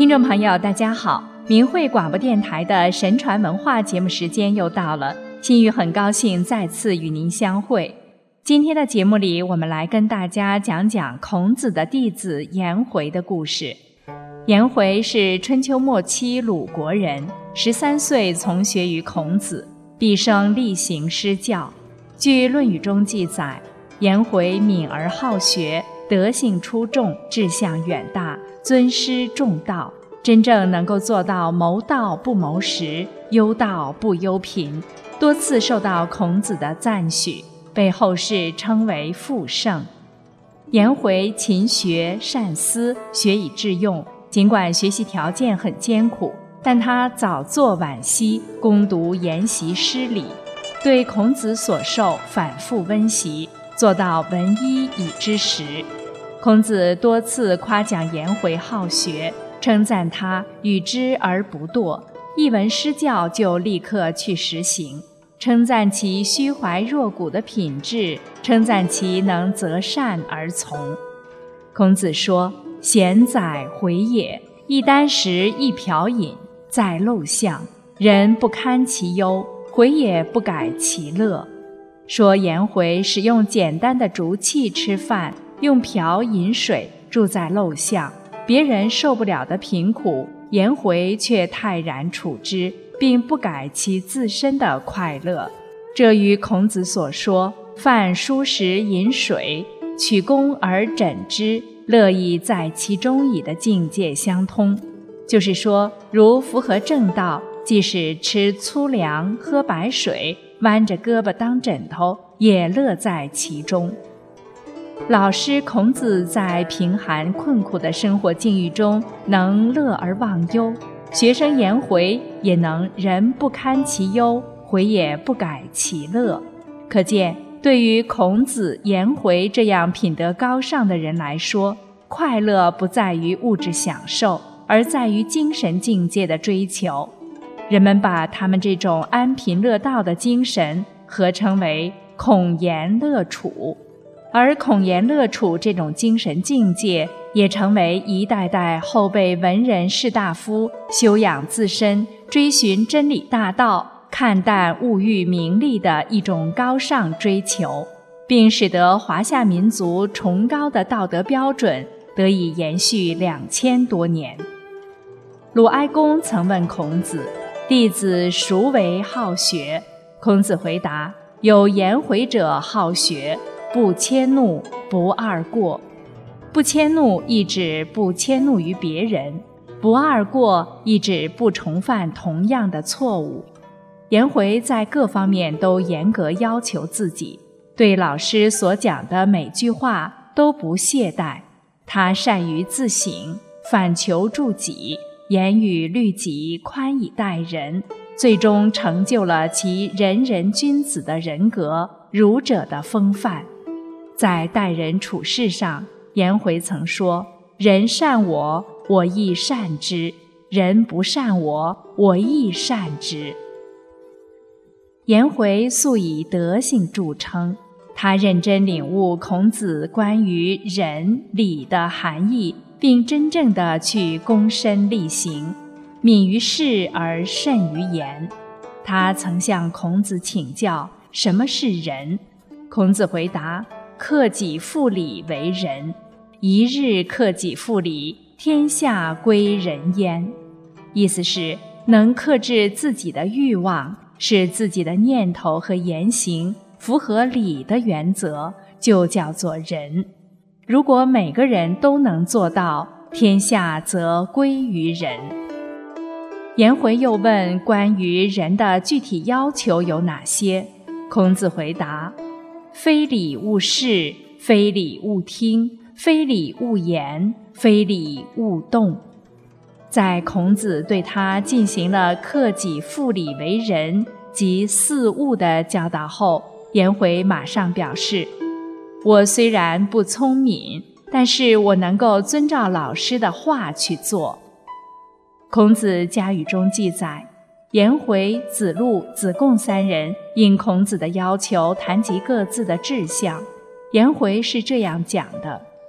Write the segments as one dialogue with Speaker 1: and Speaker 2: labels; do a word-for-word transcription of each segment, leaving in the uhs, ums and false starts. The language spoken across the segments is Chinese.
Speaker 1: 听众朋友大家好，明慧广播电台的神传文化节目时间又到了，心语很高兴再次与您相会。今天的节目里，我们来跟大家讲讲孔子的弟子颜回的故事。颜回是春秋末期鲁国人，十三岁从学于孔子，毕生力行施教。据《论语》中记载，颜回敏而好学，德性出众，志向远大，尊师重道，真正能够做到谋道不谋食，忧道不忧贫，多次受到孔子的赞许，被后世称为复圣。颜回勤学善思，学以致用，尽管学习条件很艰苦，但他早作晚息，攻读研习诗礼，对孔子所授反复温习，做到闻一以知十。孔子多次夸奖颜回好学，称赞他与之而不惰，一闻诗教就立刻去实行，称赞其虚怀若谷的品质，称赞其能择善而从。孔子说：贤哉回也，一箪食，一瓢饮，在陋巷，人不堪其忧，回也不改其乐。说颜回使用简单的竹器吃饭，用瓢饮水，住在陋巷，别人受不了的贫苦，颜回却泰然处之，并不改其自身的快乐。这与孔子所说饭疏食饮水，取功而枕之，乐亦在其中矣的境界相通。就是说，如符合正道，即使吃粗粮喝白水，弯着胳膊当枕头，也乐在其中。老师孔子在贫寒困苦的生活境遇中能乐而忘忧，学生颜回也能人不堪其忧，回也不改其乐。可见，对于孔子、颜回这样品德高尚的人来说，快乐不在于物质享受，而在于精神境界的追求。人们把他们这种安贫乐道的精神合称为孔颜乐处，而孔颜乐处这种精神境界也成为一代代后辈文人士大夫修养自身、追寻真理大道、看淡物欲名利的一种高尚追求，并使得华夏民族崇高的道德标准得以延续两千多年。鲁哀公曾问孔子：弟子孰为好学？孔子回答：有颜回者好学，不迁怒，不贰过。不迁怒意指不迁怒于别人，不贰过意指不重犯同样的错误。颜回在各方面都严格要求自己，对老师所讲的每句话都不懈怠。他善于自省，反求诸己，严于律己，宽以待人，最终成就了其仁人君子的人格，儒者的风范。在待人处事上，颜回曾说：人善我，我亦善之；人不善我，我亦善之。颜回素以德性著称，他认真领悟孔子关于仁礼的含义，并真正地去躬身力行，敏于事而慎于言。他曾向孔子请教什么是仁，孔子回答：克己复礼为仁，一日克己复礼，天下归仁焉。意思是能克制自己的欲望，使自己的念头和言行符合礼的原则，就叫做仁。如果每个人都能做到，天下则归于仁。颜回又问关于人的具体要求有哪些，孔子回答：非礼勿视，非礼勿听，非礼勿言，非礼勿动。在孔子对他进行了克己复礼为仁及四勿的教导后，颜回马上表示：我虽然不聪明，但是我能够遵照老师的话去做。孔子家语中记载，颜回、子路、子贡三人应孔子的要求谈及各自的志向。颜回是这样讲的：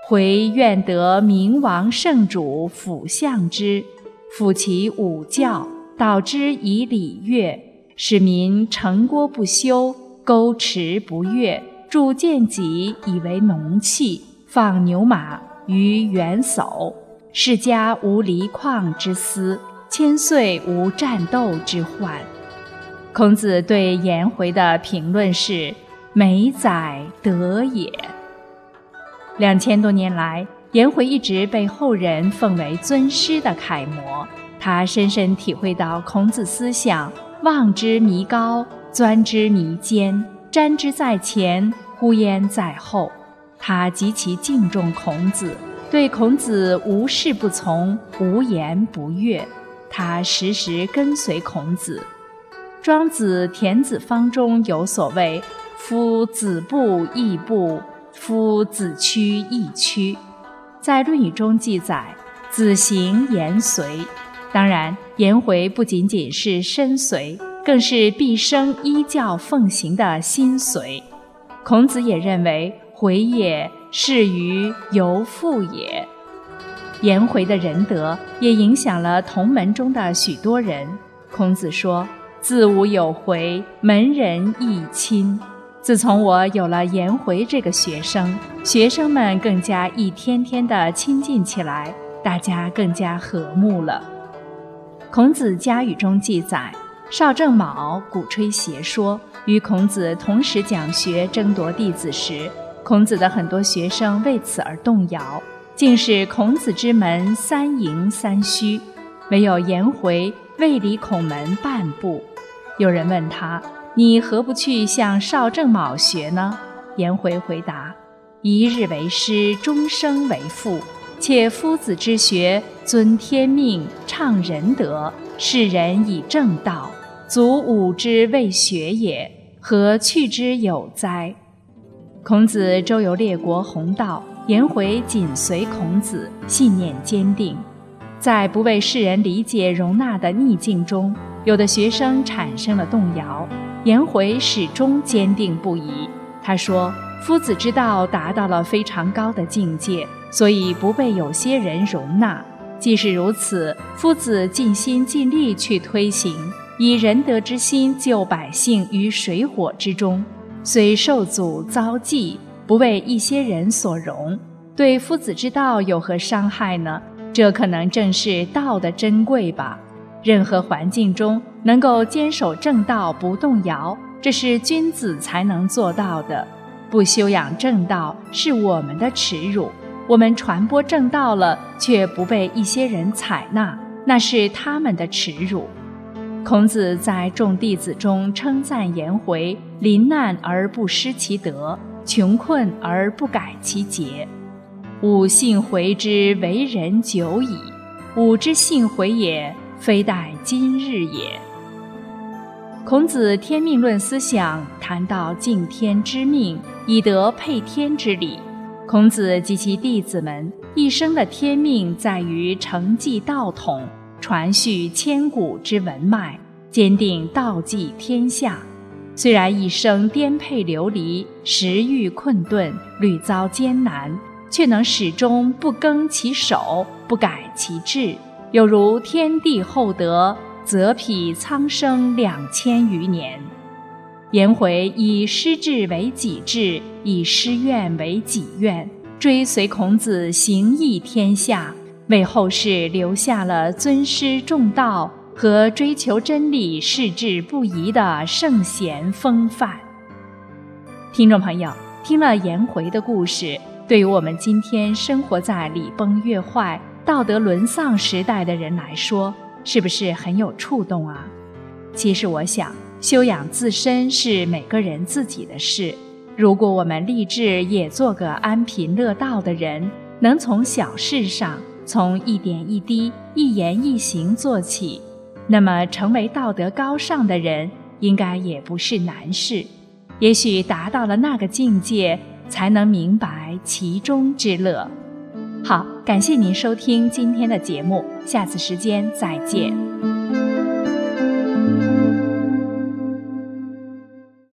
Speaker 1: 回愿得明王圣主辅相之，辅其武教，导之以礼乐，使民城郭不修，沟池不越，铸剑戟以为农器，放牛马于原叟，世家无离旷之思，千岁无战斗之患。孔子对颜回的评论是：美哉德也。两千多年来，颜回一直被后人奉为尊师的楷模，他深深体会到孔子思想望之弥高，钻之弥坚，瞻之在前，呼焉在后。他极其敬重孔子，对孔子无事不从，无言不悦，他时时跟随孔子。庄子《田子方》中有所谓：夫子不亦不，夫子趋亦趋。在《论语》中记载：子行言随。当然，颜回不仅仅是身随，更是毕生依教奉行的心随。孔子也认为回也是于由父也。颜回的仁德也影响了同门中的许多人。孔子说：自吾有回，门人亦亲。自从我有了颜回这个学生，学生们更加一天天地亲近起来，大家更加和睦了。孔子家语中记载，邵正卯鼓吹邪说，与孔子同时讲学争夺弟子时，孔子的很多学生为此而动摇，竟是孔子之门三迎三虚，唯有颜回未离孔门半步。有人问他：你何不去向邵正卯学呢？颜回回答：一日为师，终生为父。且夫子之学，尊天命，倡仁德，示人以正道，足吾之谓学也，何去之有哉？孔子周游列国弘道，颜回紧随孔子，信念坚定。在不为世人理解容纳的逆境中，有的学生产生了动摇，颜回始终坚定不移。他说：夫子之道达到了非常高的境界，所以不被有些人容纳。即使如此，夫子尽心尽力去推行，以仁德之心救百姓于水火之中，虽受阻遭忌，不为一些人所容，对夫子之道有何伤害呢？这可能正是道的珍贵吧。任何环境中能够坚守正道不动摇，这是君子才能做到的。不修养正道是我们的耻辱，我们传播正道了，却不被一些人采纳，那是他们的耻辱。孔子在众弟子中称赞颜回临难而不失其德，穷困而不改其节。吾信回之为人久矣，吾之信回也，非待今日也。孔子天命论思想谈到敬天之命，以德配天之理。孔子及其弟子们一生的天命在于承继道统，传续千古之文脉，坚定道济天下。虽然一生颠沛流离，时遇困顿，屡遭艰难，却能始终不更其守，不改其志，有如天地厚德，则匹苍生两千余年。颜回以师志为己志，以师愿为己愿，追随孔子行义天下，为后世留下了尊师重道和追求真理矢志不移的圣贤风范。听众朋友，听了颜回的故事，对于我们今天生活在礼崩乐坏、道德沦丧时代的人来说，是不是很有触动啊？其实我想，修养自身是每个人自己的事。如果我们立志也做个安贫乐道的人，能从小事上，从一点一滴、一言一行做起，那么成为道德高尚的人，应该也不是难事。也许达到了那个境界，才能明白其中之乐。好，感谢您收听今天的节目，下次时间再见。